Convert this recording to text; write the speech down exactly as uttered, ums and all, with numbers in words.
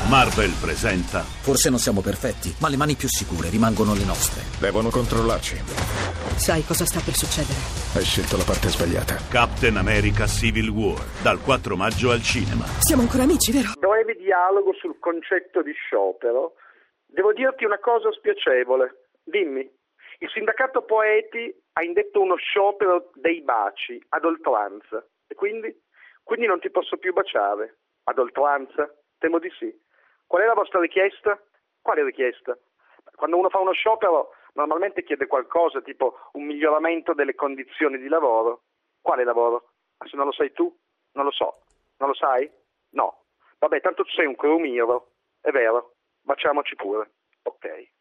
Marvel presenta. Forse non siamo perfetti, ma le mani più sicure rimangono le nostre. Devono controllarci. Sai cosa sta per succedere? Hai scelto la parte sbagliata. Captain America Civil War, dal quattro maggio al cinema. Siamo ancora amici, vero? Breve dialogo sul concetto di sciopero. Devo dirti una cosa spiacevole. Dimmi. Il sindacato poeti ha indetto uno sciopero dei baci ad oltranza. E quindi? Quindi non ti posso più baciare. Ad oltranza? Temo di sì. Qual è la vostra richiesta? Quale richiesta? Quando uno fa uno sciopero normalmente chiede qualcosa, tipo un miglioramento delle condizioni di lavoro. Quale lavoro? Ma se non lo sai tu? Non lo so. Non lo sai? No. Vabbè, tanto tu sei un crumiro. È vero. Baciamoci pure. Ok.